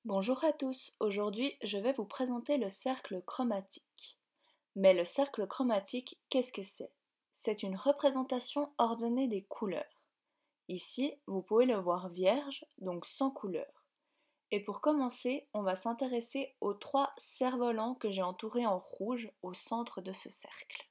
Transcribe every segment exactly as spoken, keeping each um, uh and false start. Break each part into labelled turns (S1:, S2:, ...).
S1: Bonjour à tous, aujourd'hui je vais vous présenter le cercle chromatique. Mais le cercle chromatique, qu'est-ce que c'est? C'est une représentation ordonnée des couleurs. Ici, vous pouvez le voir vierge, donc sans couleur. Et pour commencer, on va s'intéresser aux trois cerfs-volants que j'ai entourés en rouge au centre de ce cercle.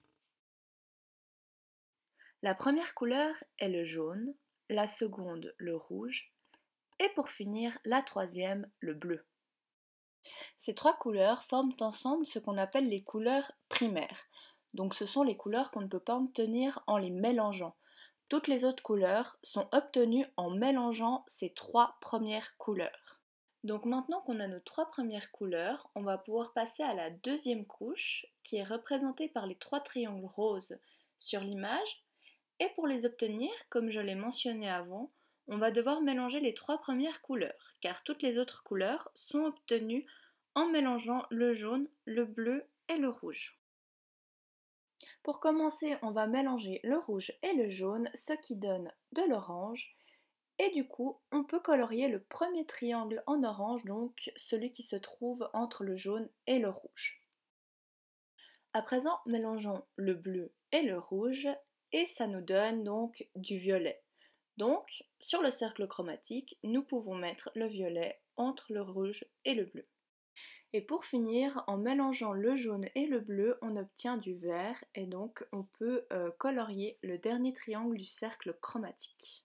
S1: La première couleur est le jaune, la seconde le rouge, et pour finir, la troisième le bleu. Ces trois couleurs forment ensemble ce qu'on appelle les couleurs primaires. Donc ce sont les couleurs qu'on ne peut pas obtenir en les mélangeant. Toutes les autres couleurs sont obtenues en mélangeant ces trois premières couleurs. Donc maintenant qu'on a nos trois premières couleurs, on va pouvoir passer à la deuxième couche qui est représentée par les trois triangles roses sur l'image. Et pour les obtenir, comme je l'ai mentionné avant, on va devoir mélanger les trois premières couleurs, car toutes les autres couleurs sont obtenues en mélangeant le jaune, le bleu et le rouge. Pour commencer, on va mélanger le rouge et le jaune, ce qui donne de l'orange. Et du coup, on peut colorier le premier triangle en orange, donc celui qui se trouve entre le jaune et le rouge. À présent, mélangeons le bleu et le rouge et ça nous donne donc du violet. Donc, sur le cercle chromatique, nous pouvons mettre le violet entre le rouge et le bleu. Et pour finir, en mélangeant le jaune et le bleu, on obtient du vert et donc on peut euh, colorier le dernier triangle du cercle chromatique.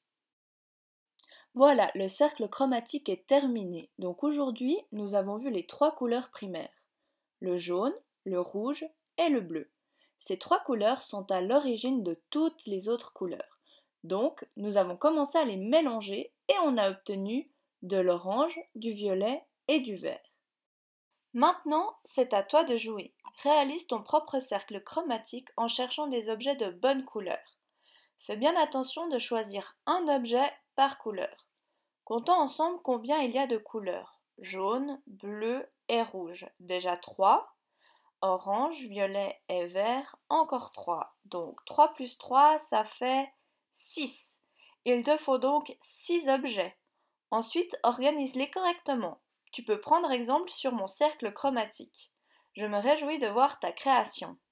S1: Voilà, le cercle chromatique est terminé. Donc aujourd'hui, nous avons vu les trois couleurs primaires, le jaune, le rouge et le bleu. Ces trois couleurs sont à l'origine de toutes les autres couleurs. Donc, nous avons commencé à les mélanger et on a obtenu de l'orange, du violet et du vert. Maintenant, c'est à toi de jouer. Réalise ton propre cercle chromatique en cherchant des objets de bonne couleur. Fais bien attention de choisir un objet par couleur. Comptons ensemble combien il y a de couleurs. Jaune, bleu et rouge. Déjà trois. Orange, violet et vert, encore trois. Donc trois plus trois, ça fait six. Il te faut donc six objets. Ensuite, organise-les correctement. Tu peux prendre exemple sur mon cercle chromatique. Je me réjouis de voir ta création.